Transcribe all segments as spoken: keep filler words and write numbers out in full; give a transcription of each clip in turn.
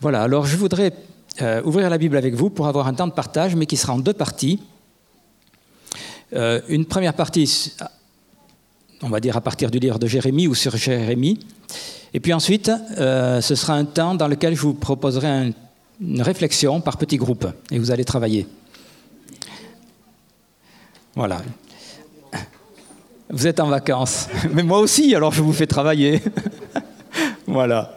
Voilà, alors je voudrais euh, ouvrir la Bible avec vous pour avoir un temps de partage, mais qui sera en deux parties. Euh, une première partie, on va dire à partir du livre de Jérémie ou sur Jérémie. Et puis ensuite, euh, ce sera un temps dans lequel je vous proposerai un, une réflexion par petits groupes. Et vous allez travailler. Voilà. Vous êtes en vacances. Mais moi aussi, alors je vous fais travailler. Voilà.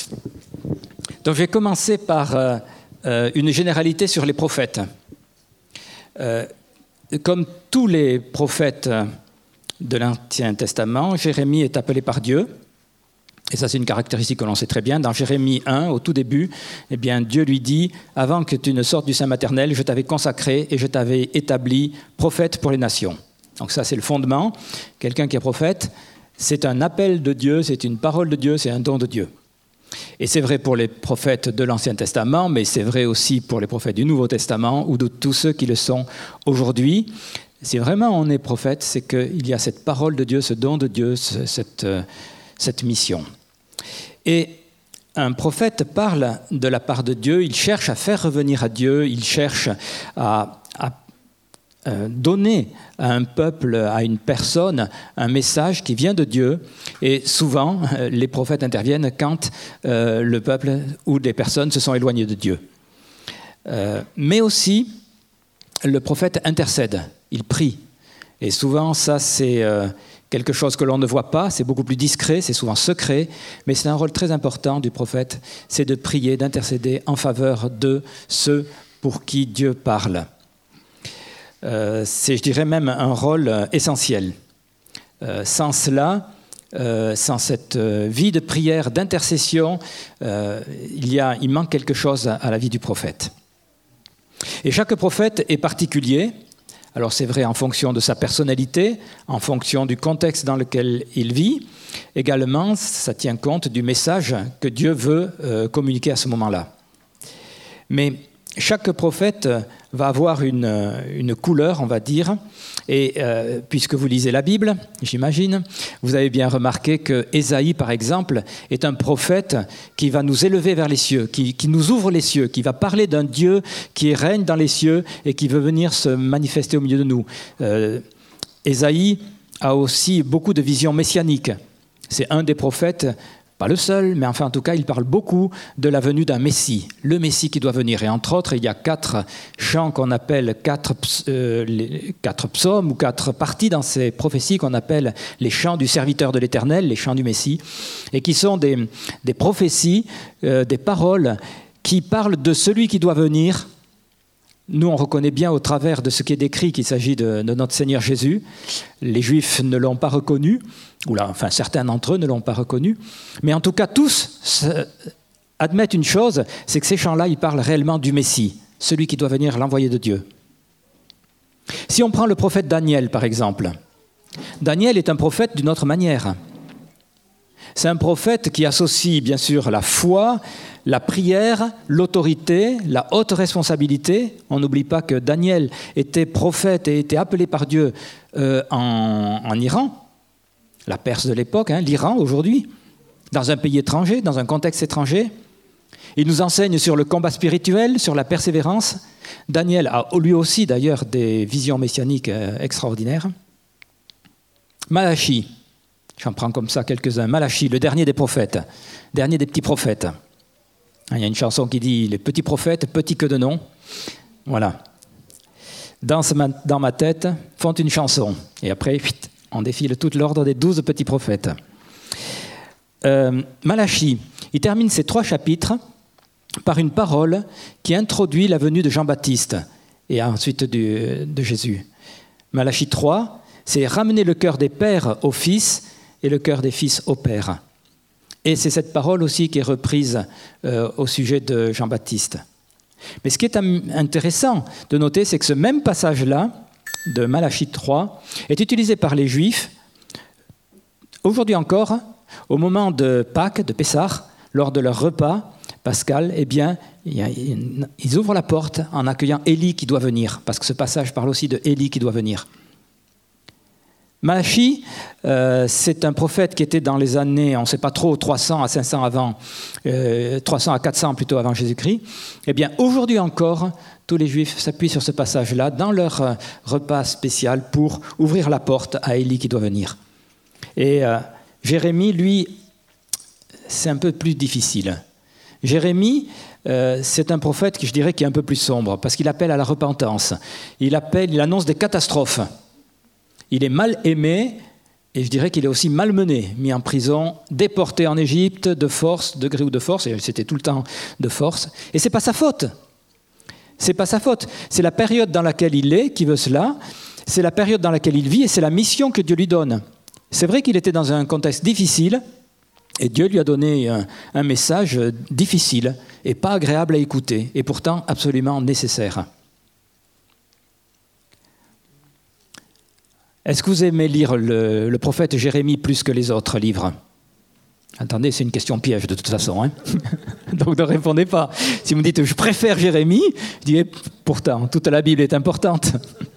Donc je vais commencer par euh, euh, une généralité sur les prophètes. Euh, comme tous les prophètes de l'Ancien Testament, Jérémie est appelé par Dieu. Et ça, c'est une caractéristique que l'on sait très bien. Dans Jérémie un, au tout début, eh bien, Dieu lui dit « Avant que tu ne sortes du sein maternel, je t'avais consacré et je t'avais établi prophète pour les nations. » Donc ça, c'est le fondement. Quelqu'un qui est prophète, c'est un appel de Dieu, c'est une parole de Dieu, c'est un don de Dieu. Et c'est vrai pour les prophètes de l'Ancien Testament, mais c'est vrai aussi pour les prophètes du Nouveau Testament ou de tous ceux qui le sont aujourd'hui. Si vraiment on est prophète, c'est qu'il y a cette parole de Dieu, ce don de Dieu, cette, cette mission. Et un prophète parle de la part de Dieu, il cherche à faire revenir à Dieu, il cherche à, à donner à un peuple, à une personne, un message qui vient de Dieu. Et souvent, les prophètes interviennent quand euh, le peuple ou des personnes se sont éloignées de Dieu. Euh, mais aussi, le prophète intercède, il prie. Et souvent, ça, c'est euh, quelque chose que l'on ne voit pas, c'est beaucoup plus discret, c'est souvent secret, mais c'est un rôle très important du prophète, c'est de prier, d'intercéder en faveur de ceux pour qui Dieu parle. Euh, c'est, je dirais même, un rôle essentiel. Euh, sans cela, euh, sans cette euh, vie de prière, d'intercession, euh, il, y a, il manque quelque chose à, à la vie du prophète. Et chaque prophète est particulier. Alors c'est vrai en fonction de sa personnalité, en fonction du contexte dans lequel il vit. Également, ça tient compte du message que Dieu veut euh, communiquer à ce moment-là. Mais chaque prophète va avoir une, une couleur, on va dire, et euh, puisque vous lisez la Bible, j'imagine, vous avez bien remarqué que Ésaïe, par exemple, est un prophète qui va nous élever vers les cieux, qui, qui nous ouvre les cieux, qui va parler d'un Dieu qui règne dans les cieux et qui veut venir se manifester au milieu de nous. Euh, Ésaïe a aussi beaucoup de visions messianiques. C'est un des prophètes, pas le seul, mais enfin en tout cas, il parle beaucoup de la venue d'un Messie, le Messie qui doit venir. Et entre autres, il y a quatre chants qu'on appelle quatre, euh, les, quatre psaumes ou quatre parties dans ces prophéties qu'on appelle les chants du serviteur de l'Éternel, les chants du Messie, et qui sont des, des prophéties, euh, des paroles qui parlent de celui qui doit venir. Nous, on reconnaît bien au travers de ce qui est décrit qu'il s'agit de, de notre Seigneur Jésus. Les Juifs ne l'ont pas reconnu, ou là, enfin certains d'entre eux ne l'ont pas reconnu, mais en tout cas tous admettent une chose, c'est que ces chants-là, ils parlent réellement du Messie, celui qui doit venir, l'envoyé de Dieu. Si on prend le prophète Daniel, par exemple, Daniel est un prophète d'une autre manière. C'est un prophète qui associe bien sûr la foi, la prière, l'autorité, la haute responsabilité. On n'oublie pas que Daniel était prophète et était appelé par Dieu euh, en, en Iran, la Perse de l'époque, hein, l'Iran aujourd'hui, dans un pays étranger, dans un contexte étranger. Il nous enseigne sur le combat spirituel, sur la persévérance. Daniel a lui aussi d'ailleurs des visions messianiques euh, extraordinaires. Malachie, j'en prends comme ça quelques-uns. Malachie, le dernier des prophètes, dernier des petits prophètes. Il y a une chanson qui dit « Les petits prophètes, petits que de nom ». Voilà. Dans ma, dans ma tête, font une chanson. Et après, vite, on défile tout l'ordre des douze petits prophètes. Euh, Malachie, il termine ces trois chapitres par une parole qui introduit la venue de Jean-Baptiste et ensuite du, de Jésus. Malachie trois, c'est « Ramener le cœur des pères aux fils et le cœur des fils aux pères ». Et c'est cette parole aussi qui est reprise euh, au sujet de Jean-Baptiste. Mais ce qui est intéressant de noter, c'est que ce même passage-là, de Malachie trois, est utilisé par les Juifs, aujourd'hui encore, au moment de Pâques, de Pessah, lors de leur repas pascal, eh bien, ils ouvrent la porte en accueillant Élie qui doit venir, parce que ce passage parle aussi de Élie qui doit venir. Malachi, euh, c'est un prophète qui était dans les années, on ne sait pas trop, trois cents à cinq cents avant, euh, trois cents à quatre cents plutôt avant Jésus-Christ. Eh bien, aujourd'hui encore, tous les Juifs s'appuient sur ce passage-là dans leur euh, repas spécial pour ouvrir la porte à Élie qui doit venir. Et euh, Jérémie, lui, c'est un peu plus difficile. Jérémie, euh, c'est un prophète qui, je dirais, qui est un peu plus sombre, parce qu'il appelle à la repentance. Il appelle, il annonce des catastrophes. Il est mal aimé, et je dirais qu'il est aussi malmené, mis en prison, déporté en Égypte de force, de gré ou de force, et c'était tout le temps de force. Et c'est pas sa faute. C'est pas sa faute. C'est la période dans laquelle il est qui veut cela. C'est la période dans laquelle il vit, et c'est la mission que Dieu lui donne. C'est vrai qu'il était dans un contexte difficile, et Dieu lui a donné un, un message difficile et pas agréable à écouter, et pourtant absolument nécessaire. Est-ce que vous aimez lire le, le prophète Jérémie plus que les autres livres ? Attendez, c'est une question piège de toute façon. Hein. Donc ne répondez pas. Si vous me dites « je préfère Jérémie », je dis eh, « pourtant, toute la Bible est importante ».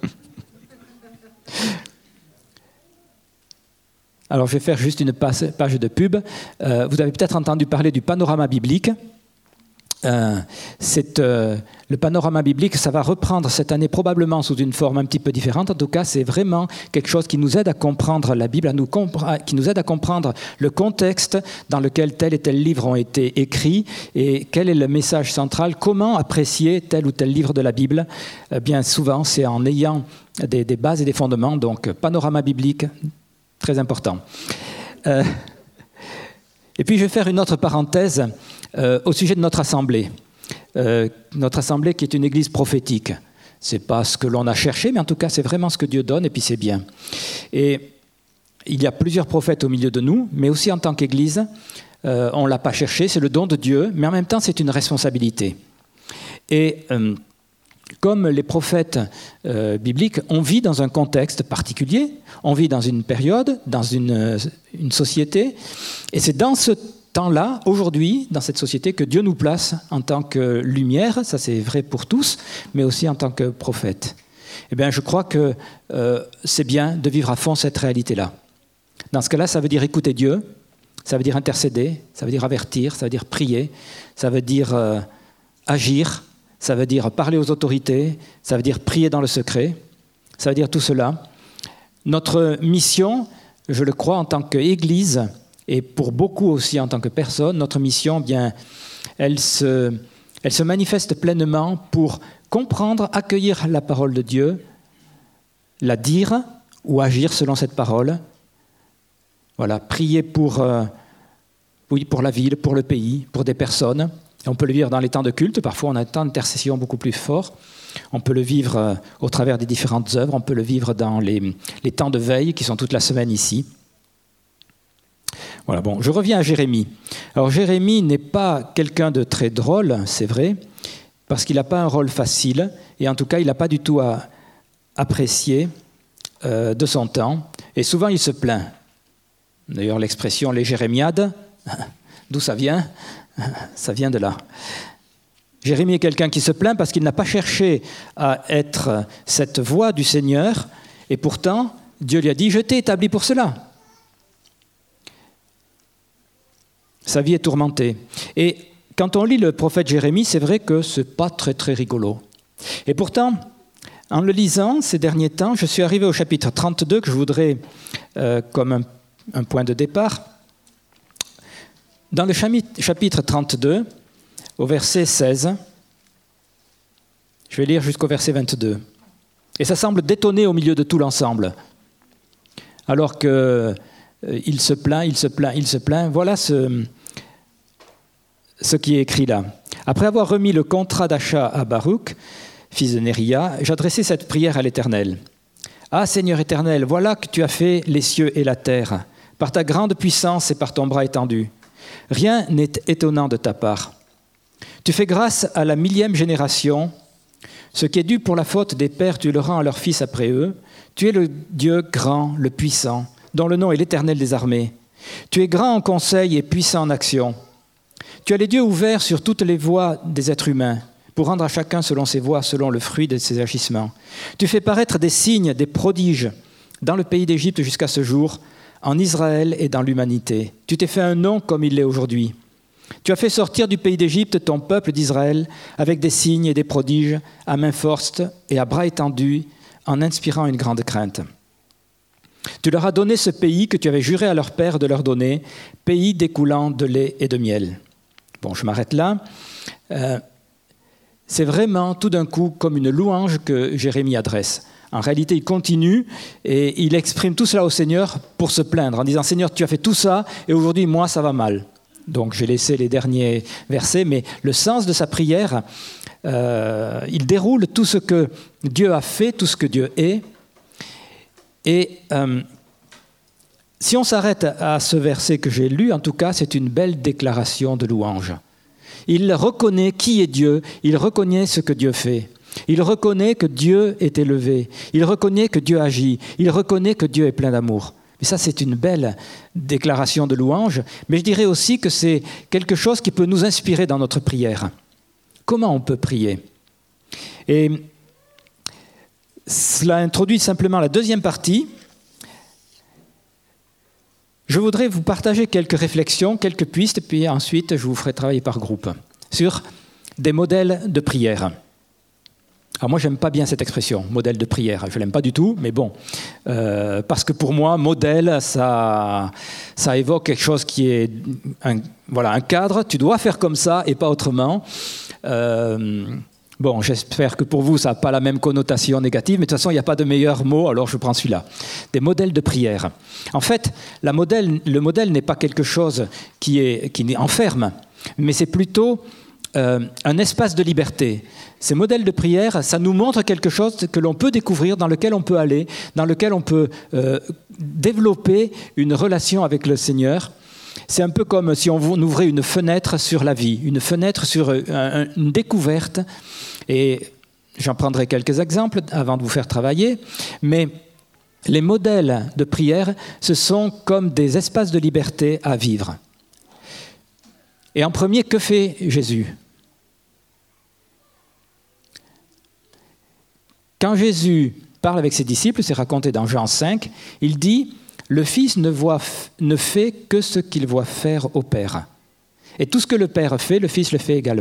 Alors je vais faire juste une page de pub. Euh, vous avez peut-être entendu parler du panorama biblique. Euh, c'est, euh, le panorama biblique, ça va reprendre cette année probablement sous une forme un petit peu différente. En tout cas, c'est vraiment quelque chose qui nous aide à comprendre la Bible, à nous compre- qui nous aide à comprendre le contexte dans lequel tel et tel livre ont été écrits et quel est le message central, comment apprécier tel ou tel livre de la Bible. Euh, bien souvent, c'est en ayant des, des bases et des fondements. Donc, panorama biblique, très important. Euh, et puis, je vais faire une autre parenthèse. Euh, au sujet de notre assemblée, euh, notre assemblée qui est une église prophétique. Ce n'est pas ce que l'on a cherché, mais en tout cas, c'est vraiment ce que Dieu donne, et puis c'est bien. Et il y a plusieurs prophètes au milieu de nous, mais aussi en tant qu'église, euh, on ne l'a pas cherché, c'est le don de Dieu, mais en même temps, c'est une responsabilité. Et euh, comme les prophètes euh, bibliques, on vit dans un contexte particulier, on vit dans une période, dans une, une société, et c'est dans ce temps-là, aujourd'hui, dans cette société, que Dieu nous place en tant que lumière, ça c'est vrai pour tous, mais aussi en tant que prophète. Eh bien, je crois que euh, c'est bien de vivre à fond cette réalité-là. Dans ce cas-là, ça veut dire écouter Dieu, ça veut dire intercéder, ça veut dire avertir, ça veut dire prier, ça veut dire euh, agir, ça veut dire parler aux autorités, ça veut dire prier dans le secret, ça veut dire tout cela. Notre mission, je le crois, en tant qu'Église, et pour beaucoup aussi en tant que personne, notre mission, bien, elle se, elle se manifeste pleinement pour comprendre, accueillir la parole de Dieu, la dire ou agir selon cette parole. Voilà, prier pour, euh, oui, pour la ville, pour le pays, pour des personnes. Et on peut le vivre dans les temps de culte, parfois on a un temps d'intercession beaucoup plus fort. On peut le vivre euh, au travers des différentes œuvres, on peut le vivre dans les, les temps de veille qui sont toute la semaine ici. Voilà, bon, je reviens à Jérémie. Alors Jérémie n'est pas quelqu'un de très drôle, c'est vrai, parce qu'il n'a pas un rôle facile, et en tout cas, il n'a pas du tout à apprécier euh, de son temps, et souvent il se plaint. D'ailleurs, l'expression « les jérémiades », d'où ça vient ? Ça vient de là. Jérémie est quelqu'un qui se plaint parce qu'il n'a pas cherché à être cette voix du Seigneur, et pourtant, Dieu lui a dit « je t'ai établi pour cela ». Sa vie est tourmentée. Et quand on lit le prophète Jérémie, c'est vrai que ce n'est pas très très rigolo. Et pourtant, en le lisant ces derniers temps, je suis arrivé au chapitre trente-deux, que je voudrais euh, comme un, un point de départ. Dans le chapitre trente-deux, au verset seize, je vais lire jusqu'au verset vingt-deux. Et ça semble détonner au milieu de tout l'ensemble. Alors que il se plaint, il se plaint, il se plaint. Voilà ce, ce qui est écrit là. Après avoir remis le contrat d'achat à Baruch, fils de Néria, j'adressai cette prière à l'Éternel. « Ah, Seigneur éternel, voilà que tu as fait les cieux et la terre, par ta grande puissance et par ton bras étendu. Rien n'est étonnant de ta part. Tu fais grâce à la millième génération. Ce qui est dû pour la faute des pères, tu le rends à leurs fils après eux. Tu es le Dieu grand, le puissant, dont le nom est l'Éternel des armées. Tu es grand en conseil et puissant en action. Tu as les yeux ouverts sur toutes les voies des êtres humains, pour rendre à chacun selon ses voies, selon le fruit de ses agissements. Tu fais paraître des signes, des prodiges dans le pays d'Égypte jusqu'à ce jour, en Israël et dans l'humanité. Tu t'es fait un nom comme il l'est aujourd'hui. Tu as fait sortir du pays d'Égypte ton peuple d'Israël avec des signes et des prodiges, à main forte et à bras étendus, en inspirant une grande crainte. Tu leur as donné ce pays que tu avais juré à leur père de leur donner, pays découlant de lait et de miel. Bon, je m'arrête là. Euh, c'est vraiment tout d'un coup comme une louange que Jérémie adresse. En réalité, il continue et il exprime tout cela au Seigneur pour se plaindre, en disant « Seigneur, tu as fait tout ça et aujourd'hui, moi, ça va mal. » Donc, j'ai laissé les derniers versets, mais le sens de sa prière, euh, il déroule tout ce que Dieu a fait, tout ce que Dieu est. Et euh, si on s'arrête à ce verset que j'ai lu, en tout cas, c'est une belle déclaration de louange. Il reconnaît qui est Dieu, il reconnaît ce que Dieu fait. Il reconnaît que Dieu est élevé, il reconnaît que Dieu agit, il reconnaît que Dieu est plein d'amour. Et ça, c'est une belle déclaration de louange, mais je dirais aussi que c'est quelque chose qui peut nous inspirer dans notre prière. Comment on peut prier ? Et cela introduit simplement la deuxième partie. Je voudrais vous partager quelques réflexions, quelques pistes, puis ensuite je vous ferai travailler par groupe sur des modèles de prière. Alors moi, j'aime pas bien cette expression, modèle de prière. Je l'aime pas du tout, mais bon, euh, parce que pour moi, modèle, ça, ça évoque quelque chose qui est un, voilà, un cadre. Tu dois faire comme ça et pas autrement. Euh, bon, j'espère que pour vous, ça n'a pas la même connotation négative, mais de toute façon, il n'y a pas de meilleur mot, alors je prends celui-là. Des modèles de prière. En fait, la modèle, le modèle n'est pas quelque chose qui, est, qui enferme, mais c'est plutôt euh, un espace de liberté. Ces modèles de prière, ça nous montre quelque chose que l'on peut découvrir, dans lequel on peut aller, dans lequel on peut euh, développer une relation avec le Seigneur. C'est un peu comme si on ouvrait une fenêtre sur la vie, une fenêtre sur un, une découverte. Et j'en prendrai quelques exemples avant de vous faire travailler. Mais les modèles de prière, ce sont comme des espaces de liberté à vivre. Et en premier, que fait Jésus ? Quand Jésus parle avec ses disciples, c'est raconté dans Jean cinq, il dit « Le Fils ne, voit, ne fait que ce qu'il voit faire au Père. Et tout ce que le Père fait, le Fils le fait également. »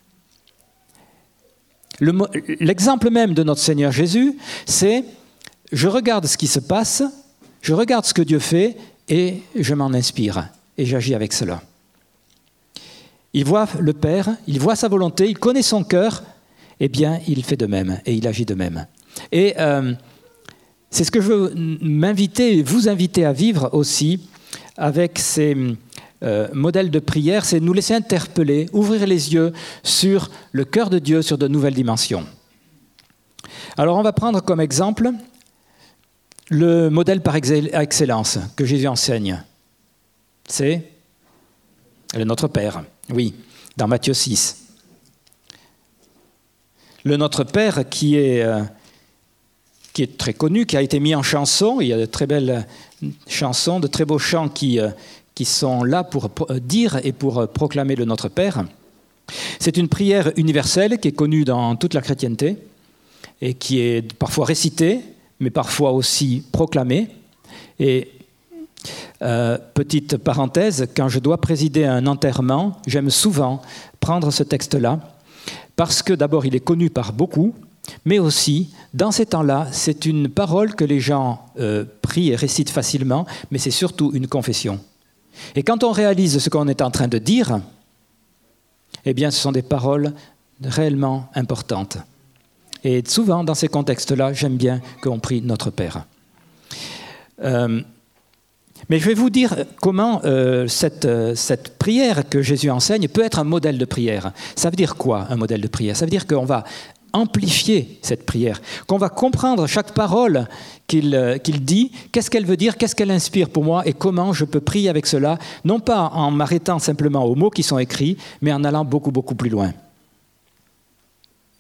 Le, l'exemple même de notre Seigneur Jésus, c'est « Je regarde ce qui se passe, je regarde ce que Dieu fait et je m'en inspire et j'agis avec cela. » Il voit le Père, il voit sa volonté, il connaît son cœur, eh bien, il fait de même et il agit de même. Et euh, c'est ce que je veux m'inviter, vous inviter à vivre aussi avec ces euh, modèles de prière, c'est nous laisser interpeller, ouvrir les yeux sur le cœur de Dieu, sur de nouvelles dimensions. Alors, on va prendre comme exemple le modèle par excellence que Jésus enseigne. C'est le Notre Père, oui, dans Matthieu six. Le Notre Père qui est, euh, qui est très connu, qui a été mis en chanson. Il y a de très belles chansons, de très beaux chants qui, euh, qui sont là pour dire et pour proclamer le Notre Père. C'est une prière universelle qui est connue dans toute la chrétienté et qui est parfois récitée, mais parfois aussi proclamée. Et euh, petite parenthèse, quand je dois présider un enterrement, j'aime souvent prendre ce texte-là, parce que d'abord, il est connu par beaucoup, mais aussi, dans ces temps-là, c'est une parole que les gens euh, prient et récitent facilement, mais c'est surtout une confession. Et quand on réalise ce qu'on est en train de dire, eh bien, ce sont des paroles réellement importantes. Et souvent, dans ces contextes-là, j'aime bien qu'on prie Notre Père. Euh, Mais je vais vous dire comment euh, cette, euh, cette prière que Jésus enseigne peut être un modèle de prière. Ça veut dire quoi, un modèle de prière ? Ça veut dire qu'on va amplifier cette prière, qu'on va comprendre chaque parole qu'il, euh, qu'il dit, qu'est-ce qu'elle veut dire, qu'est-ce qu'elle inspire pour moi et comment je peux prier avec cela, non pas en m'arrêtant simplement aux mots qui sont écrits, mais en allant beaucoup, beaucoup plus loin.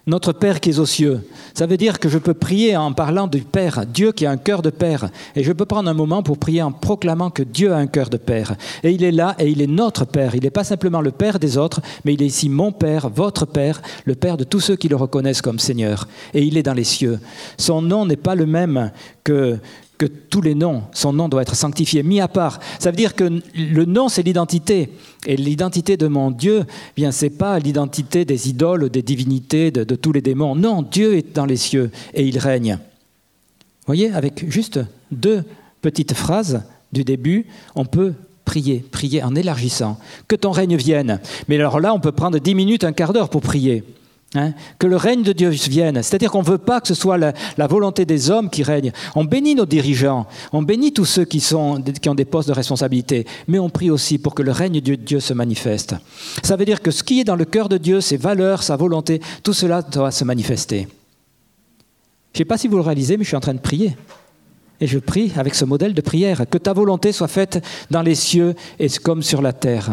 Notre Père qui est aux cieux. Ça veut dire que je peux prier en parlant du Père, Dieu qui a un cœur de Père. Et je peux prendre un moment pour prier en proclamant que Dieu a un cœur de Père. Et il est là et il est notre Père. Il n'est pas simplement le Père des autres, mais il est ici mon Père, votre Père, le Père de tous ceux qui le reconnaissent comme Seigneur. Et il est dans les cieux. Son nom n'est pas le même que... que tous les noms, son nom doit être sanctifié, mis à part. Ça veut dire que le nom, c'est l'identité. Et l'identité de mon Dieu, eh bien, ce n'est pas l'identité des idoles, des divinités, de, de tous les démons. Non, Dieu est dans les cieux et il règne. Vous voyez, avec juste deux petites phrases du début, on peut prier, prier en élargissant. Que ton règne vienne. Mais alors là, on peut prendre dix minutes, un quart d'heure pour prier. Hein, que le règne de Dieu vienne. C'est-à-dire qu'on ne veut pas que ce soit la, la volonté des hommes qui règne. On bénit nos dirigeants, on bénit tous ceux qui, sont, qui ont des postes de responsabilité, mais on prie aussi pour que le règne de Dieu se manifeste. Ça veut dire que ce qui est dans le cœur de Dieu, ses valeurs, sa volonté, tout cela doit se manifester. Je ne sais pas si vous le réalisez, mais je suis en train de prier. Et je prie avec ce modèle de prière, que ta volonté soit faite dans les cieux et comme sur la terre.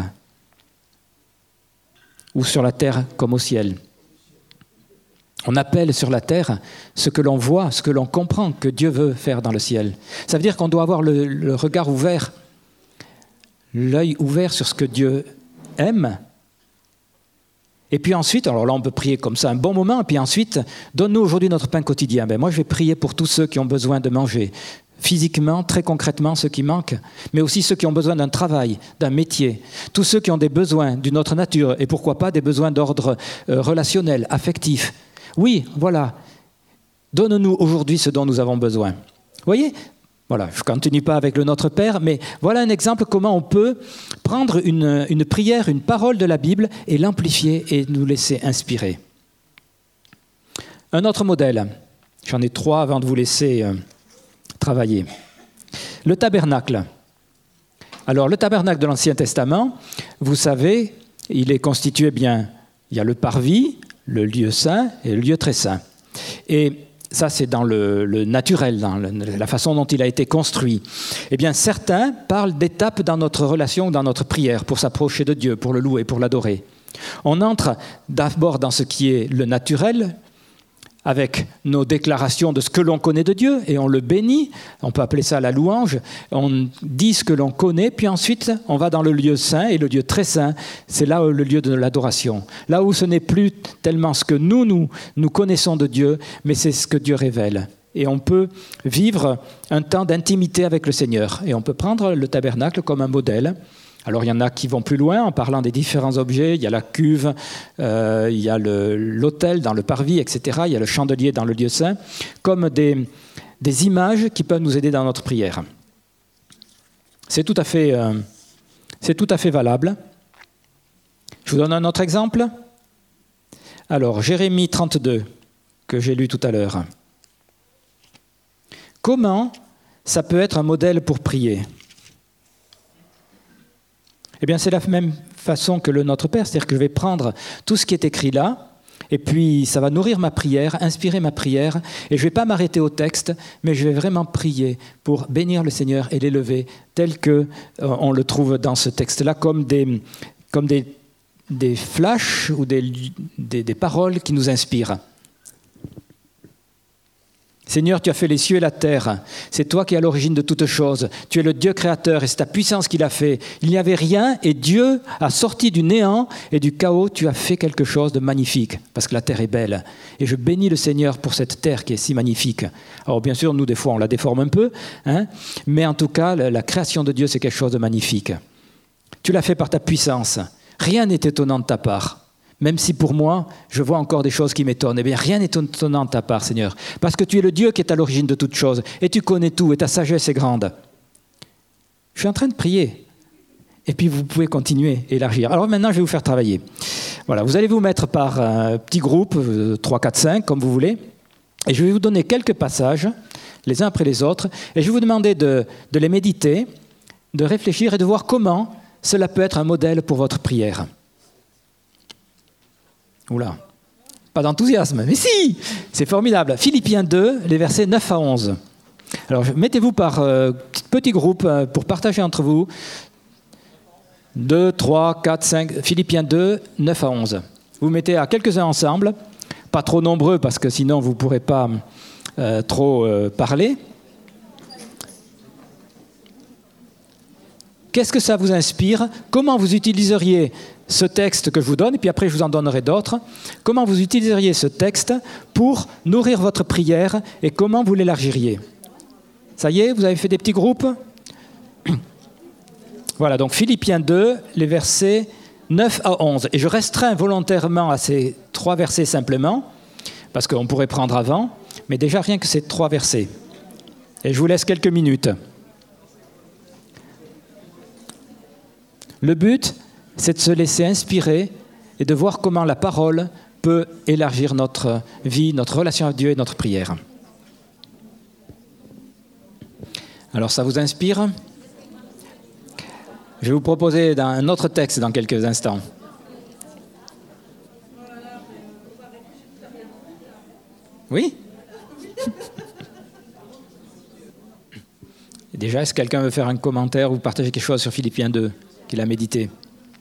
Ou sur la terre comme au ciel. On appelle sur la terre ce que l'on voit, ce que l'on comprend que Dieu veut faire dans le ciel. Ça veut dire qu'on doit avoir le, le regard ouvert, l'œil ouvert sur ce que Dieu aime. Et puis ensuite, alors là on peut prier comme ça un bon moment, et puis ensuite, donne-nous aujourd'hui notre pain quotidien. Ben moi je vais prier pour tous ceux qui ont besoin de manger, physiquement, très concrètement, ceux qui manquent, mais aussi ceux qui ont besoin d'un travail, d'un métier, tous ceux qui ont des besoins d'une autre nature, et pourquoi pas des besoins d'ordre euh, relationnel, affectif. Oui, voilà, donne-nous aujourd'hui ce dont nous avons besoin. Vous voyez ? Voilà, je ne continue pas avec le Notre Père, mais voilà un exemple comment on peut prendre une, une prière, une parole de la Bible et l'amplifier et nous laisser inspirer. Un autre modèle, j'en ai trois avant de vous laisser euh, travailler. Le tabernacle. Alors, le tabernacle de l'Ancien Testament, vous savez, il est constitué bien, il y a le parvis, le lieu saint et le lieu très saint. Et ça, c'est dans le, le naturel, dans le, la façon dont il a été construit. Eh bien, certains parlent d'étapes dans notre relation, dans notre prière, pour s'approcher de Dieu, pour le louer, pour l'adorer. On entre d'abord dans ce qui est le naturel, avec nos déclarations de ce que l'on connaît de Dieu, et on le bénit, on peut appeler ça la louange, on dit ce que l'on connaît, puis ensuite on va dans le lieu saint, et le lieu très saint, c'est là le lieu de l'adoration. Là où ce n'est plus tellement ce que nous, nous, nous connaissons de Dieu, mais c'est ce que Dieu révèle. Et on peut vivre un temps d'intimité avec le Seigneur, et on peut prendre le tabernacle comme un modèle. Alors il y en a qui vont plus loin en parlant des différents objets, il y a la cuve, euh, il y a le, l'autel dans le parvis, et cetera. Il y a le chandelier dans le lieu saint, comme des, des images qui peuvent nous aider dans notre prière. C'est tout à fait, euh, c'est tout à fait valable. Je vous donne un autre exemple. Alors, Jérémie trente-deux, que j'ai lu tout à l'heure. Comment ça peut être un modèle pour prier ? Eh bien, c'est la même façon que le Notre Père, c'est-à-dire que je vais prendre tout ce qui est écrit là, et puis ça va nourrir ma prière, inspirer ma prière, et je ne vais pas m'arrêter au texte, mais je vais vraiment prier pour bénir le Seigneur et l'élever tel qu'on euh, le trouve dans ce texte-là, comme des, comme des, des flashs ou des, des, des paroles qui nous inspirent. Seigneur, tu as fait les cieux et la terre. C'est toi qui es à l'origine de toutes choses. Tu es le Dieu créateur et c'est ta puissance qui l'a fait. Il n'y avait rien et Dieu a sorti du néant et du chaos. Tu as fait quelque chose de magnifique parce que la terre est belle. Et je bénis le Seigneur pour cette terre qui est si magnifique. Alors bien sûr, nous des fois on la déforme un peu, hein, mais en tout cas, la création de Dieu c'est quelque chose de magnifique. Tu l'as fait par ta puissance. Rien n'est étonnant de ta part. Même si pour moi, je vois encore des choses qui m'étonnent. Eh bien, rien n'est étonnant de ta part, Seigneur. Parce que tu es le Dieu qui est à l'origine de toutes choses. Et tu connais tout, et ta sagesse est grande. Je suis en train de prier. Et puis, vous pouvez continuer, élargir. Alors maintenant, je vais vous faire travailler. Voilà, vous allez vous mettre par un petit groupe, trois, quatre, cinq, comme vous voulez. Et je vais vous donner quelques passages, les uns après les autres. Et je vais vous demander de, de les méditer, de réfléchir et de voir comment cela peut être un modèle pour votre prière. Oula, pas d'enthousiasme, mais si, c'est formidable. Philippiens deux, les versets neuf à onze. Alors, mettez-vous par euh, petit groupe euh, pour partager entre vous. deux, trois, quatre, cinq, Philippiens deux, neuf à onze. Vous mettez à quelques-uns ensemble Pas trop nombreux parce que sinon vous ne pourrez pas euh, trop euh, parler. Qu'est-ce que ça vous inspire? Comment vous utiliseriez ce texte que je vous donne, et puis après je vous en donnerai d'autres. Comment vous utiliseriez ce texte pour nourrir votre prière et comment vous l'élargiriez? Ça y est, vous avez fait des petits groupes? Voilà, donc Philippiens deux, les versets neuf à onze. Et je restreins volontairement à ces trois versets simplement, parce qu'on pourrait prendre avant, mais déjà rien que ces trois versets. Et je vous laisse quelques minutes. Le but, c'est de se laisser inspirer et de voir comment la parole peut élargir notre vie, notre relation avec Dieu et notre prière. Alors, ça vous inspire? Je vais vous proposer un autre texte dans quelques instants. Oui? Déjà, est-ce que quelqu'un veut faire un commentaire ou partager quelque chose sur Philippiens deux qu'il a médité?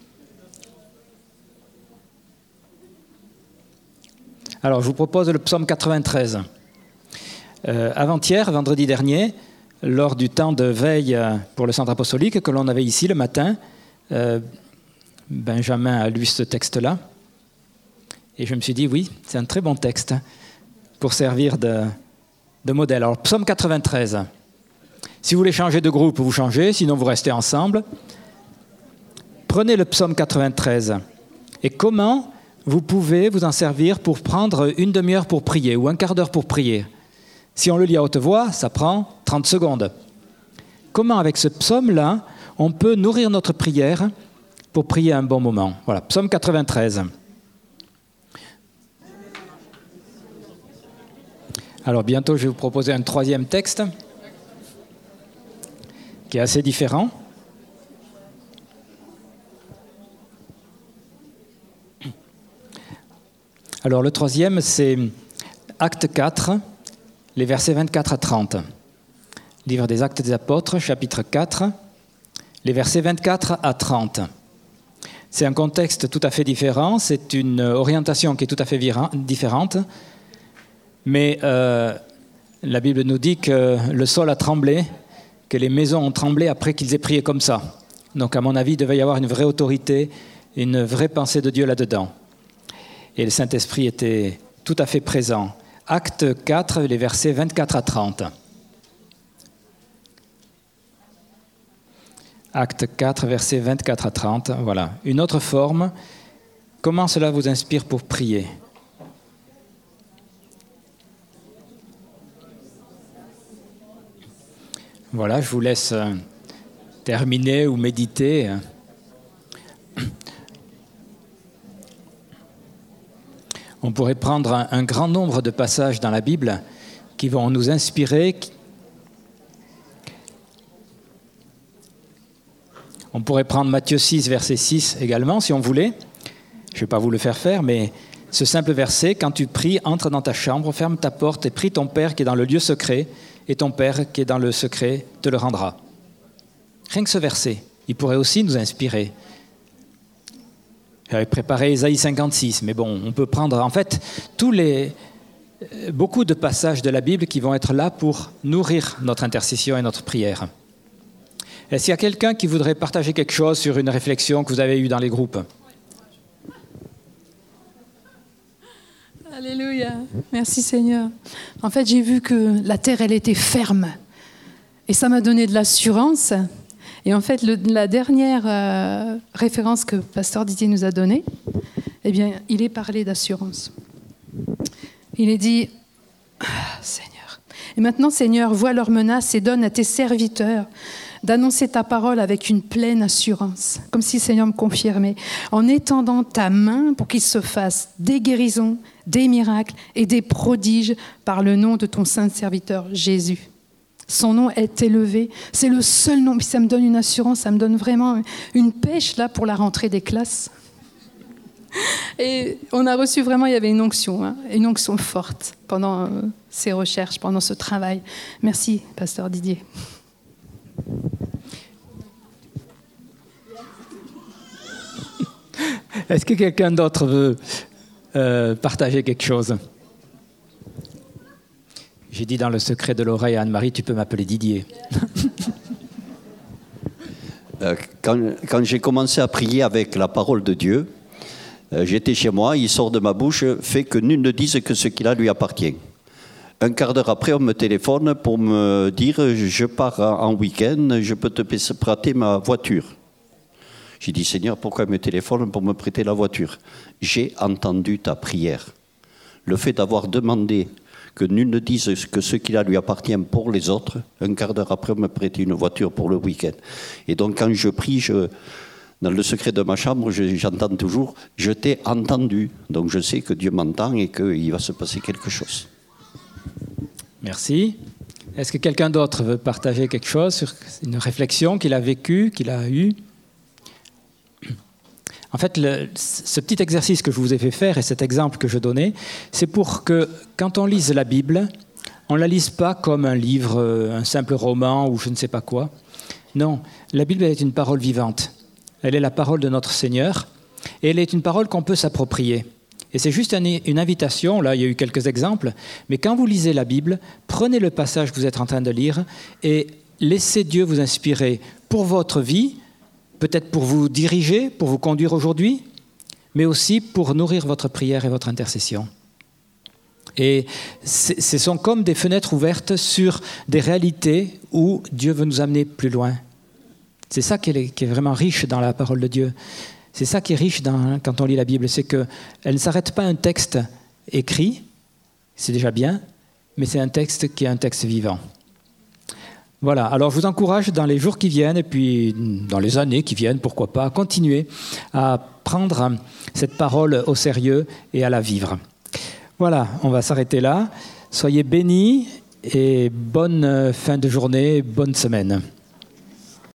Alors, je vous propose le psaume quatre-vingt-treize. Euh, avant-hier, vendredi dernier, lors du temps de veille pour le centre apostolique que l'on avait ici le matin, euh, Benjamin a lu ce texte-là. Et je me suis dit, oui, c'est un très bon texte pour servir de, de modèle. Alors, psaume quatre-vingt-treize. Si vous voulez changer de groupe, vous changez, sinon vous restez ensemble. Prenez le psaume quatre-vingt-treize. Et comment vous pouvez vous en servir pour prendre une demi-heure pour prier ou un quart d'heure pour prier? Si on le lit à haute voix, ça prend trente secondes. Comment, avec ce psaume-là, on peut nourrir notre prière pour prier un bon moment? Voilà, psaume quatre-vingt-treize. Alors, bientôt, je vais vous proposer un troisième texte qui est assez différent. Alors, le troisième, c'est Acte quatre, les versets vingt-quatre à trente. Livre des Actes des Apôtres, chapitre quatre, les versets vingt-quatre à trente. C'est un contexte tout à fait différent, c'est une orientation qui est tout à fait différente, mais euh, la Bible nous dit que le sol a tremblé, que les maisons ont tremblé après qu'ils aient prié comme ça. Donc, à mon avis, il devait y avoir une vraie autorité, une vraie pensée de Dieu là-dedans. Et le Saint-Esprit était tout à fait présent. Acte quatre, les versets vingt-quatre à trente. Acte quatre, versets vingt-quatre à trente. Voilà. Une autre forme. Comment cela vous inspire pour prier? Voilà, je vous laisse terminer ou méditer. On pourrait prendre un, un grand nombre de passages dans la Bible qui vont nous inspirer. On pourrait prendre Matthieu six, verset six également, si on voulait. Je ne vais pas vous le faire faire, mais ce simple verset, quand tu pries, entre dans ta chambre, ferme ta porte et prie ton Père qui est dans le lieu secret, et ton Père qui est dans le secret te le rendra. Rien que ce verset, il pourrait aussi nous inspirer. J'avais préparé Ésaïe cinquante-six, mais bon, on peut prendre en fait tous les, beaucoup de passages de la Bible qui vont être là pour nourrir notre intercession et notre prière. Est-ce qu'il y a quelqu'un qui voudrait partager quelque chose sur une réflexion que vous avez eue dans les groupes? Alléluia, merci Seigneur. En fait, j'ai vu que la terre, elle était ferme. Et ça m'a donné de l'assurance. Et en fait, le, la dernière euh, référence que Pasteur Didier nous a donnée, eh bien, il est parlé d'assurance. Il est dit, ah, Seigneur. Et maintenant, Seigneur, vois leurs menaces et donne à tes serviteurs d'annoncer ta parole avec une pleine assurance, comme si le Seigneur me confirmait, en étendant ta main pour qu'il se fasse des guérisons, des miracles et des prodiges par le nom de ton saint serviteur Jésus. Son nom est élevé, c'est le seul nom, puis ça me donne une assurance, ça me donne vraiment une pêche là pour la rentrée des classes. Et on a reçu vraiment, il y avait une onction, hein, une onction forte pendant euh, ces recherches, pendant ce travail. Merci, Pasteur Didier. Est-ce que quelqu'un d'autre veut euh, partager quelque chose. J'ai dit dans le secret de l'oreille à Anne-Marie, tu peux m'appeler Didier. euh, quand, quand j'ai commencé à prier avec la parole de Dieu, euh, j'étais chez moi, il sort de ma bouche, fait que nul ne dise que ce qu'il a lui appartient. Un quart d'heure après, on me téléphone pour me dire « je pars en week-end, je peux te prêter ma voiture ». J'ai dit « Seigneur, pourquoi il me téléphone pour me prêter la voiture ?» J'ai entendu ta prière. Le fait d'avoir demandé que nul ne dise que ce qu'il a lui appartient pour les autres, un quart d'heure après, on me prêtait une voiture pour le week-end. Et donc quand je prie, je, dans le secret de ma chambre, je, j'entends toujours « je t'ai entendu ». Donc je sais que Dieu m'entend et qu'il va se passer quelque chose. Merci. Est-ce que quelqu'un d'autre veut partager quelque chose sur une réflexion qu'il a vécue, qu'il a eue ? En fait, le, ce petit exercice que je vous ai fait faire et cet exemple que je donnais, c'est pour que, quand on lise la Bible, on ne la lise pas comme un livre, un simple roman ou je ne sais pas quoi. Non, la Bible est une parole vivante. Elle est la parole de notre Seigneur et elle est une parole qu'on peut s'approprier. Et c'est juste une invitation, là il y a eu quelques exemples, mais quand vous lisez la Bible, prenez le passage que vous êtes en train de lire et laissez Dieu vous inspirer pour votre vie, peut-être pour vous diriger, pour vous conduire aujourd'hui, mais aussi pour nourrir votre prière et votre intercession. Et ce sont comme des fenêtres ouvertes sur des réalités où Dieu veut nous amener plus loin. C'est ça qui est, qui est vraiment riche dans la parole de Dieu. C'est ça qui est riche dans, quand on lit la Bible, c'est qu'elle ne s'arrête pas à un texte écrit, c'est déjà bien, mais c'est un texte qui est un texte vivant. Voilà, alors je vous encourage dans les jours qui viennent et puis dans les années qui viennent, pourquoi pas, à continuer à prendre cette parole au sérieux et à la vivre. Voilà, on va s'arrêter là. Soyez bénis et bonne fin de journée, bonne semaine.